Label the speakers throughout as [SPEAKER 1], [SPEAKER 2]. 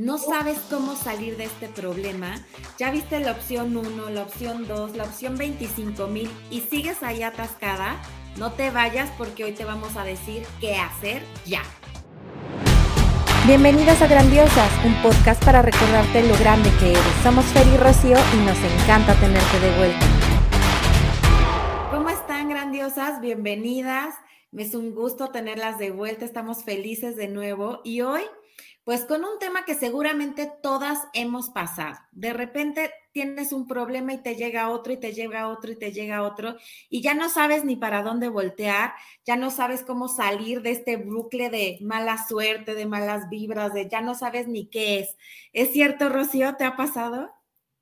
[SPEAKER 1] no sabes cómo salir de este problema, ya viste la opción 1, la opción 2, la opción 25,000 y sigues ahí atascada, no te vayas porque hoy te vamos a decir qué hacer ya.
[SPEAKER 2] Bienvenidas a Grandiosas, un podcast para recordarte lo grande que eres. Somos Fer y Rocío y nos encanta tenerte de vuelta.
[SPEAKER 1] ¿Cómo están, grandiosas? Bienvenidas. Es un gusto tenerlas de vuelta. Estamos felices de nuevo y hoy, pues con un tema que seguramente todas hemos pasado. De repente tienes un problema y te llega otro y te llega otro y te llega otro y ya no sabes ni para dónde voltear, ya no sabes cómo salir de este bucle de mala suerte, de malas vibras, de ya no sabes ni qué es. ¿Es cierto, Rocío? ¿Te ha pasado?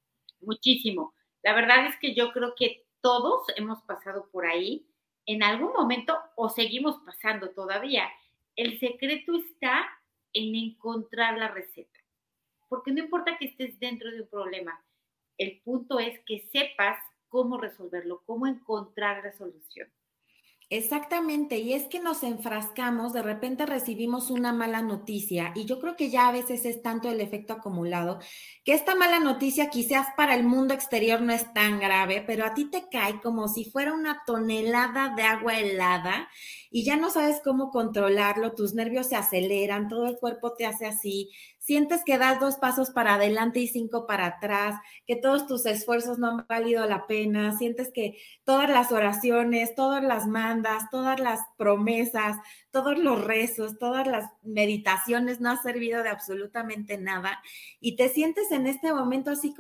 [SPEAKER 3] Muchísimo. La verdad es que yo creo que todos hemos pasado por ahí en algún momento o seguimos pasando todavía. El secreto está en encontrar la receta, porque no importa que estés dentro de un problema, el punto es que sepas cómo resolverlo, cómo encontrar la solución.
[SPEAKER 1] Exactamente, y es que nos enfrascamos, de repente recibimos una mala noticia y yo creo que ya a veces es tanto el efecto acumulado que esta mala noticia quizás para el mundo exterior no es tan grave, pero a ti te cae como si fuera una tonelada de agua helada y ya no sabes cómo controlarlo, tus nervios se aceleran, todo el cuerpo te hace así, sientes que das 2 pasos para adelante y 5 para atrás, que todos tus esfuerzos no han valido la pena, sientes que todas las oraciones, todas las mandas, todas las promesas, todos los rezos, todas las meditaciones no ha servido de absolutamente nada y te sientes en este momento así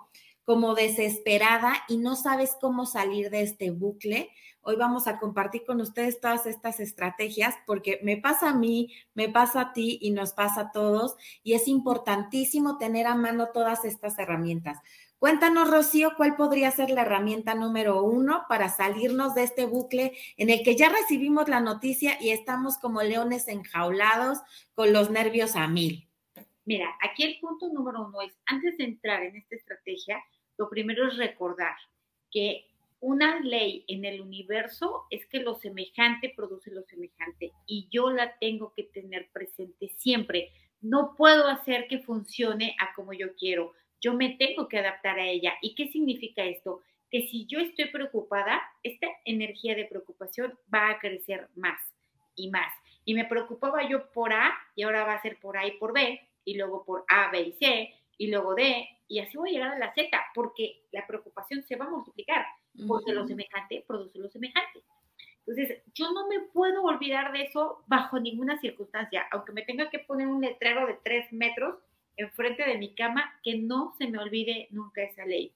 [SPEAKER 1] como desesperada y no sabes cómo salir de este bucle. Hoy vamos a compartir con ustedes todas estas estrategias porque me pasa a mí, me pasa a ti y nos pasa a todos y es importantísimo tener a mano todas estas herramientas. Cuéntanos, Rocío, ¿cuál podría ser la herramienta número 1 para salirnos de este bucle en el que ya recibimos la noticia y estamos como leones enjaulados con los nervios a 1000?
[SPEAKER 3] Mira, aquí el punto número 1 es, antes de entrar en esta estrategia, lo primero es recordar que una ley en el universo es que lo semejante produce lo semejante y yo la tengo que tener presente siempre. No puedo hacer que funcione a como yo quiero. Yo me tengo que adaptar a ella. ¿Y qué significa esto? Que si yo estoy preocupada, esta energía de preocupación va a crecer más y más. Y me preocupaba yo por A y ahora va a ser por A y por B y luego por A, B y C y luego D y así voy a llegar a la Z porque la preocupación se va a multiplicar porque lo semejante produce lo semejante. Entonces, yo no me puedo olvidar de eso bajo ninguna circunstancia, aunque me tenga que poner un letrero de 3 metros enfrente de mi cama, que no se me olvide nunca esa ley.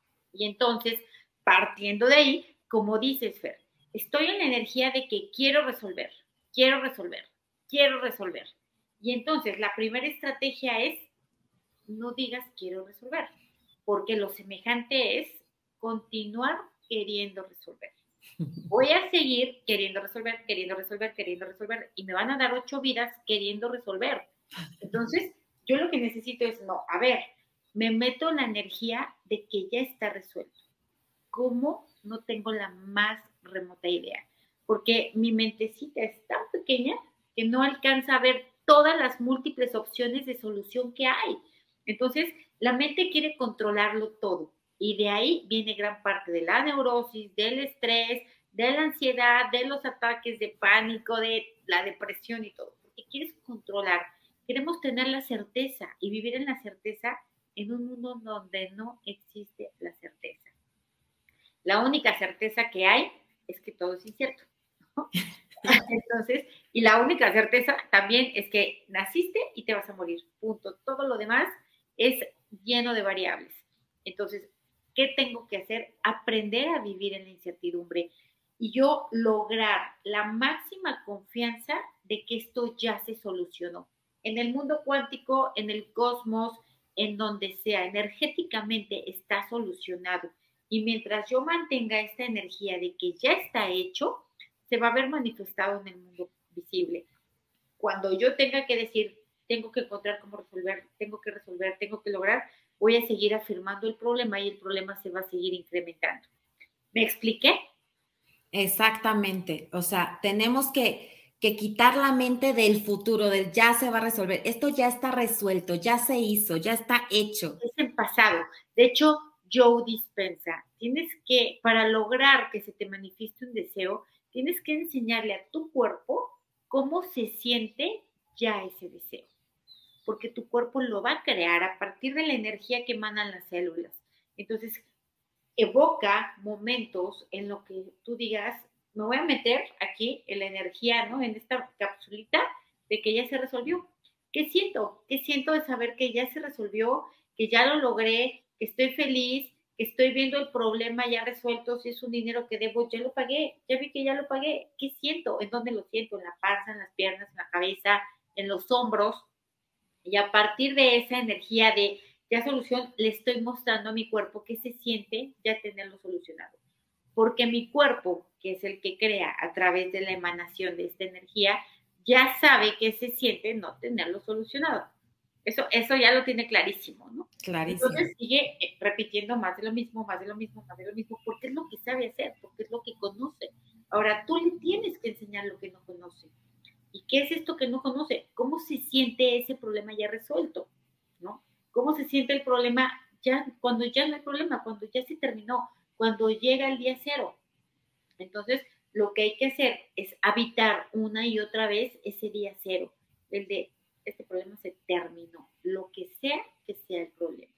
[SPEAKER 3] Y entonces, partiendo de ahí, como dices, Fer, estoy en la energía de que quiero resolver, quiero resolver, quiero resolver. Y entonces, la primera estrategia es, no digas quiero resolver, porque lo semejante es continuar queriendo resolver. Voy a seguir queriendo resolver, queriendo resolver, queriendo resolver, y me van a dar 8 vidas queriendo resolver. Entonces, yo lo que necesito es, no, a ver, me meto en la energía de que ya está resuelto. ¿Cómo? No tengo la más remota idea, porque mi mentecita es tan pequeña que no alcanza a ver todas las múltiples opciones de solución que hay. Entonces, la mente quiere controlarlo todo y de ahí viene gran parte de la neurosis, del estrés, de la ansiedad, de los ataques de pánico, de la depresión y todo, porque quieres controlar. Queremos tener la certeza y vivir en la certeza en un mundo donde no existe la certeza. La única certeza que hay es que todo es incierto, ¿no? Entonces, y la única certeza también es que naciste y te vas a morir, punto. Todo lo demás es lleno de variables. Entonces, ¿qué tengo que hacer? Aprender a vivir en la incertidumbre y yo lograr la máxima confianza de que esto ya se solucionó. En el mundo cuántico, en el cosmos, en donde sea, energéticamente está solucionado. Y mientras yo mantenga esta energía de que ya está hecho, se va a ver manifestado en el mundo visible. Cuando yo tenga que decir, tengo que encontrar cómo resolver, tengo que lograr, voy a seguir afirmando el problema y el problema se va a seguir incrementando. ¿Me expliqué?
[SPEAKER 1] Exactamente, o sea, tenemos que que quitar la mente del futuro, del ya se va a resolver. Esto ya está resuelto, ya se hizo, ya está hecho.
[SPEAKER 3] Es el pasado. De hecho, Joe Dispenza, tienes que, para lograr que se te manifieste un deseo, tienes que enseñarle a tu cuerpo cómo se siente ya ese deseo. Porque tu cuerpo lo va a crear a partir de la energía que emanan las células. Entonces, evoca momentos en lo que tú digas, me voy a meter aquí en la energía, ¿no? En esta capsulita de que ya se resolvió. ¿Qué siento? ¿Qué siento de saber que ya se resolvió, que ya lo logré, que estoy feliz, que estoy viendo el problema ya resuelto? Si es un dinero que debo, ya lo pagué, ya vi que ya lo pagué. ¿Qué siento? ¿En dónde lo siento? ¿En la panza, en las piernas, en la cabeza, en los hombros? Y a partir de esa energía de ya solución, le estoy mostrando a mi cuerpo que se siente ya tenerlo solucionado. Porque mi cuerpo, que es el que crea a través de la emanación de esta energía, ya sabe que se siente no tenerlo solucionado. Eso ya lo tiene clarísimo, ¿no?
[SPEAKER 1] Clarísimo.
[SPEAKER 3] Entonces sigue repitiendo más de lo mismo, más de lo mismo, más de lo mismo, porque es lo que sabe hacer, porque es lo que conoce. Ahora tú le tienes que enseñar lo que no conoce. ¿Y qué es esto que no conoce? ¿Cómo se siente ese problema ya resuelto? ¿No? ¿Cómo se siente el problema ya cuando ya no hay problema, cuando ya se terminó, cuando llega el día cero? Entonces, lo que hay que hacer es habitar una y otra vez ese día cero, el de este problema se terminó, lo que sea el problema.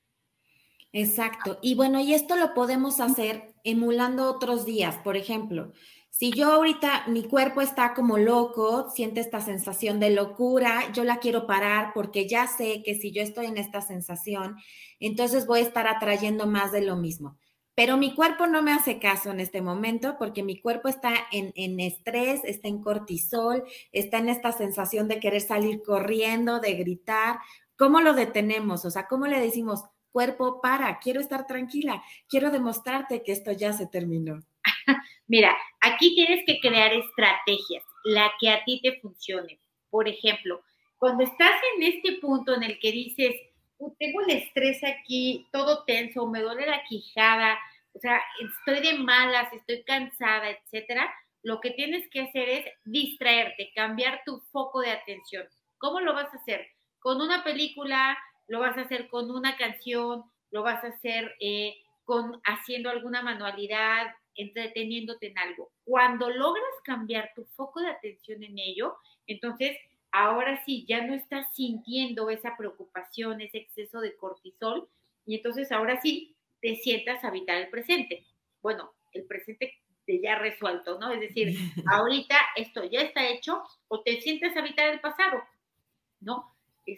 [SPEAKER 1] Exacto. Y bueno, y esto lo podemos hacer emulando otros días. Por ejemplo, si yo ahorita mi cuerpo está como loco, siente esta sensación de locura, yo la quiero parar porque ya sé que si yo estoy en esta sensación, entonces voy a estar atrayendo más de lo mismo. Pero mi cuerpo no me hace caso en este momento porque mi cuerpo está en estrés, está en cortisol, está en esta sensación de querer salir corriendo, de gritar. ¿Cómo lo detenemos? O sea, ¿cómo le decimos? Cuerpo, para, quiero estar tranquila, quiero demostrarte que esto ya se terminó.
[SPEAKER 3] Mira, aquí tienes que crear estrategias, la que a ti te funcione. Por ejemplo, cuando estás en este punto en el que dices, tengo el estrés aquí, todo tenso, me duele la quijada, o sea, estoy de malas, estoy cansada, etcétera, lo que tienes que hacer es distraerte, cambiar tu foco de atención. ¿Cómo lo vas a hacer? Con una película, lo vas a hacer con una canción, lo vas a hacer haciendo alguna manualidad, entreteniéndote en algo. Cuando logras cambiar tu foco de atención en ello, entonces ahora sí ya no estás sintiendo esa preocupación, ese exceso de cortisol, y entonces ahora sí te sientas a habitar el presente. Bueno, el presente ya resuelto, ¿no? Es decir, ahorita esto ya está hecho, o te sientas a habitar el pasado, ¿no?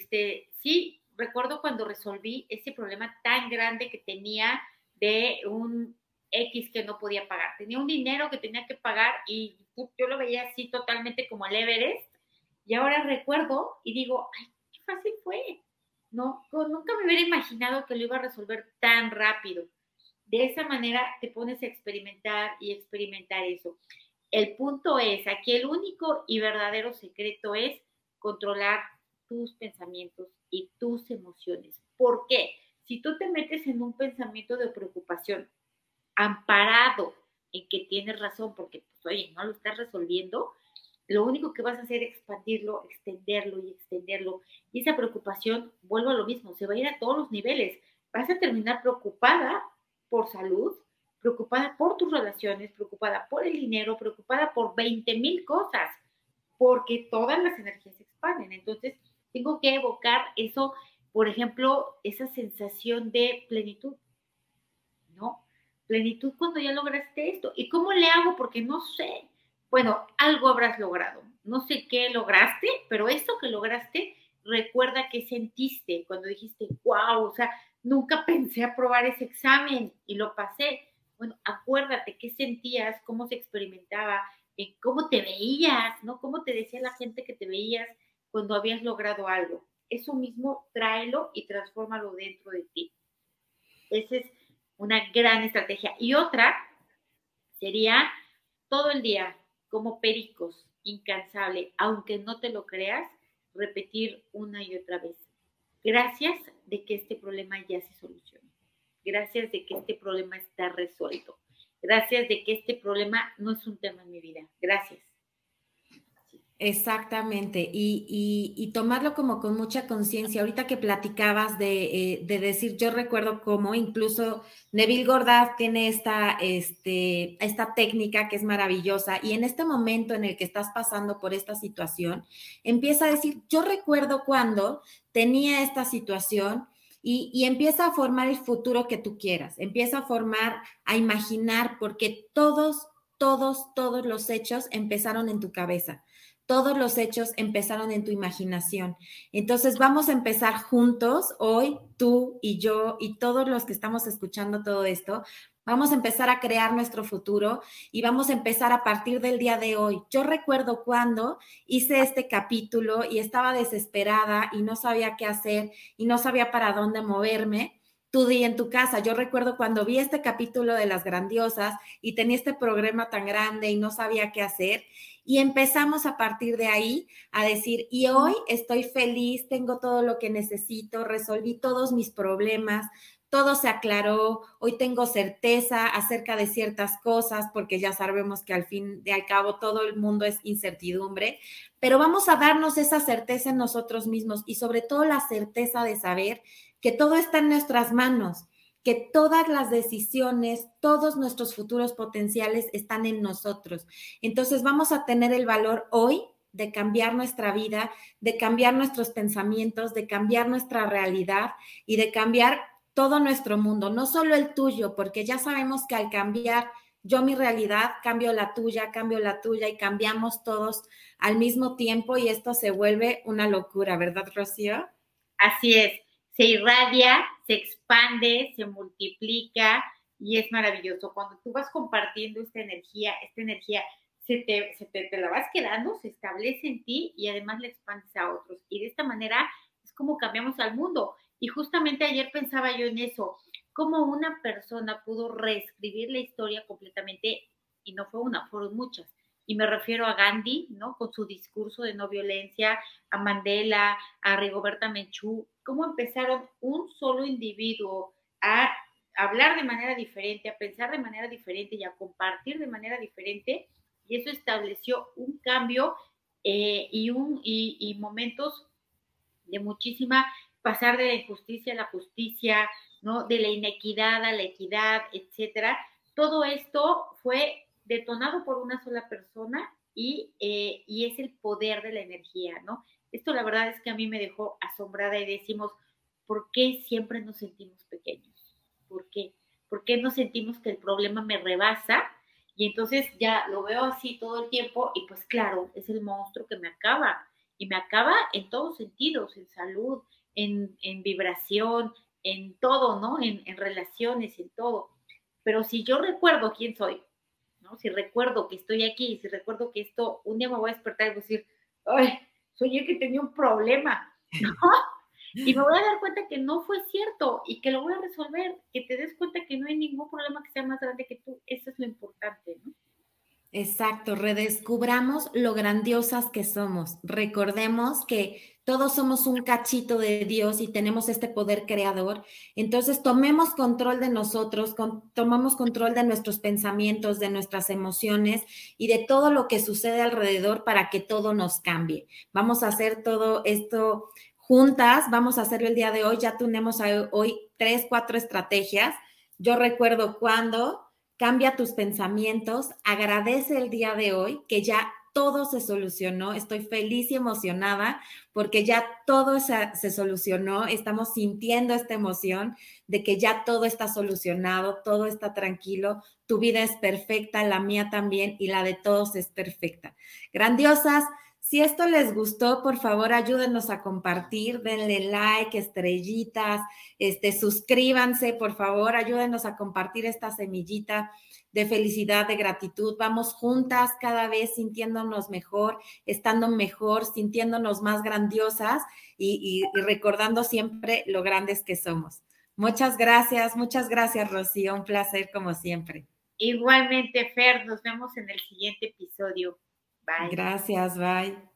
[SPEAKER 3] Sí, recuerdo cuando resolví ese problema tan grande que tenía de un X que no podía pagar. Tenía un dinero que tenía que pagar y yo lo veía así totalmente como el Everest. Y ahora recuerdo y digo, ay, qué fácil fue. No, nunca me hubiera imaginado que lo iba a resolver tan rápido. De esa manera te pones a experimentar y experimentar eso. El punto es, aquí el único y verdadero secreto es controlar tus pensamientos y tus emociones. ¿Por qué? Si tú te metes en un pensamiento de preocupación, amparado en que tienes razón, porque, pues, oye, no lo estás resolviendo, lo único que vas a hacer es expandirlo, extenderlo y extenderlo. Y esa preocupación, vuelvo a lo mismo, se va a ir a todos los niveles. Vas a terminar preocupada por salud, preocupada por tus relaciones, preocupada por el dinero, preocupada por 20,000 cosas, porque todas las energías se expanden. Entonces, tengo que evocar eso, por ejemplo, esa sensación de plenitud, ¿no? Plenitud cuando ya lograste esto. ¿Y cómo le hago? Porque no sé. Bueno, algo habrás logrado. No sé qué lograste, pero esto que lograste, recuerda qué sentiste cuando dijiste, wow, o sea, nunca pensé aprobar ese examen y lo pasé. Bueno, acuérdate qué sentías, cómo se experimentaba, cómo te veías, ¿no? Cómo te decía la gente que te veías cuando habías logrado algo. Eso mismo, tráelo y transfórmalo dentro de ti. Esa es una gran estrategia. Y otra sería todo el día, como pericos, incansable, aunque no te lo creas, repetir una y otra vez. Gracias de que este problema ya se solucionó. Gracias de que este problema está resuelto. Gracias de que este problema no es un tema en mi vida. Gracias. Sí.
[SPEAKER 1] Exactamente, y tomarlo como con mucha conciencia. Ahorita que platicabas de decir, yo recuerdo cómo incluso Neville Goddard tiene esta técnica que es maravillosa, y en este momento en el que estás pasando por esta situación, empieza a decir, yo recuerdo cuando tenía esta situación, y empieza a formar el futuro que tú quieras, empieza a formar, a imaginar, porque todos los hechos empezaron en tu cabeza. Todos los hechos empezaron en tu imaginación. Entonces vamos a empezar juntos, hoy, tú y yo y todos los que estamos escuchando todo esto, vamos a empezar a crear nuestro futuro y vamos a empezar a partir del día de hoy. Yo recuerdo cuando hice este capítulo y estaba desesperada y no sabía qué hacer y no sabía para dónde moverme. Tú di en tu casa. Yo recuerdo cuando vi este capítulo de Las Grandiosas y tenía este programa tan grande y no sabía qué hacer. Y empezamos a partir de ahí a decir, y hoy estoy feliz, tengo todo lo que necesito, resolví todos mis problemas, todo se aclaró, hoy tengo certeza acerca de ciertas cosas, porque ya sabemos que al fin de al cabo todo el mundo es incertidumbre, pero vamos a darnos esa certeza en nosotros mismos y sobre todo la certeza de saber que todo está en nuestras manos, que todas las decisiones, todos nuestros futuros potenciales están en nosotros. Entonces vamos a tener el valor hoy de cambiar nuestra vida, de cambiar nuestros pensamientos, de cambiar nuestra realidad y de cambiar todo nuestro mundo, no solo el tuyo, porque ya sabemos que al cambiar yo mi realidad, cambio la tuya y cambiamos todos al mismo tiempo y esto se vuelve una locura, ¿verdad, Rocío?
[SPEAKER 3] Así es, se irradia, se expande, se multiplica y es maravilloso. Cuando tú vas compartiendo esta energía te la vas quedando, se establece en ti y además la expandes a otros. Y de esta manera es como cambiamos al mundo. Y justamente ayer pensaba yo en eso, cómo una persona pudo reescribir la historia completamente, y no fue una, fueron muchas. Y me refiero a Gandhi, ¿no? Con su discurso de no violencia, a Mandela, a Rigoberta Menchú, cómo empezaron un solo individuo a hablar de manera diferente, a pensar de manera diferente y a compartir de manera diferente, y eso estableció un cambio y momentos de muchísima, pasar de la injusticia a la justicia, ¿no? De la inequidad a la equidad, etcétera. Todo esto fue detonado por una sola persona y es el poder de la energía, ¿no? Esto la verdad es que a mí me dejó asombrada y decimos, ¿por qué siempre nos sentimos pequeños? ¿Por qué? ¿Por qué nos sentimos que el problema me rebasa? Y entonces ya lo veo así todo el tiempo y pues claro, es el monstruo que me acaba. Y me acaba en todos sentidos, en salud, en vibración, en todo, ¿no? En relaciones, en todo. Pero si yo recuerdo quién soy, ¿no? Si recuerdo que estoy aquí, si recuerdo que esto, un día me voy a despertar y voy a decir, ay, soy yo que tenía un problema, ¿no? Y me voy a dar cuenta que no fue cierto y que lo voy a resolver, que te des cuenta que no hay ningún problema que sea más grande que tú. Eso es lo importante, ¿no?
[SPEAKER 1] Exacto, redescubramos lo grandiosas que somos. Recordemos que todos somos un cachito de Dios y tenemos este poder creador. Entonces, tomemos control de nosotros, tomamos control de nuestros pensamientos, de nuestras emociones y de todo lo que sucede alrededor para que todo nos cambie. Vamos a hacer todo esto juntas, vamos a hacerlo el día de hoy. Ya tenemos hoy 3, 4 estrategias. Yo recuerdo cuando... Cambia tus pensamientos, agradece el día de hoy que ya todo se solucionó. Estoy feliz y emocionada porque ya todo se solucionó. Estamos sintiendo esta emoción de que ya todo está solucionado, todo está tranquilo. Tu vida es perfecta, la mía también y la de todos es perfecta. Grandiosas. Si esto les gustó, por favor, ayúdenos a compartir, denle like, estrellitas, suscríbanse, por favor, ayúdenos a compartir esta semillita de felicidad, de gratitud. Vamos juntas cada vez sintiéndonos mejor, estando mejor, sintiéndonos más grandiosas y recordando siempre lo grandes que somos. Muchas gracias, Rocío. Un placer como siempre.
[SPEAKER 3] Igualmente, Fer, nos vemos en el siguiente episodio. Bye.
[SPEAKER 1] Gracias, bye.